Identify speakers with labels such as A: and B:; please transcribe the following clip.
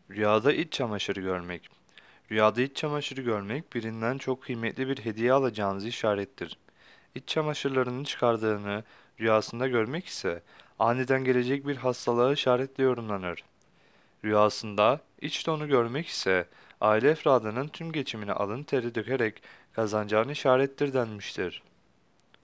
A: Rüyada iç çamaşırı görmek. Rüyada iç çamaşırı görmek birinden çok kıymetli bir hediye alacağınızı işarettir. İç çamaşırlarını çıkardığını rüyasında görmek ise aniden gelecek bir hastalığa işaretle yorumlanır. Rüyasında iç donu görmek ise aile efradının tüm geçimini alın teri dökerek kazanacağını işarettir denmiştir.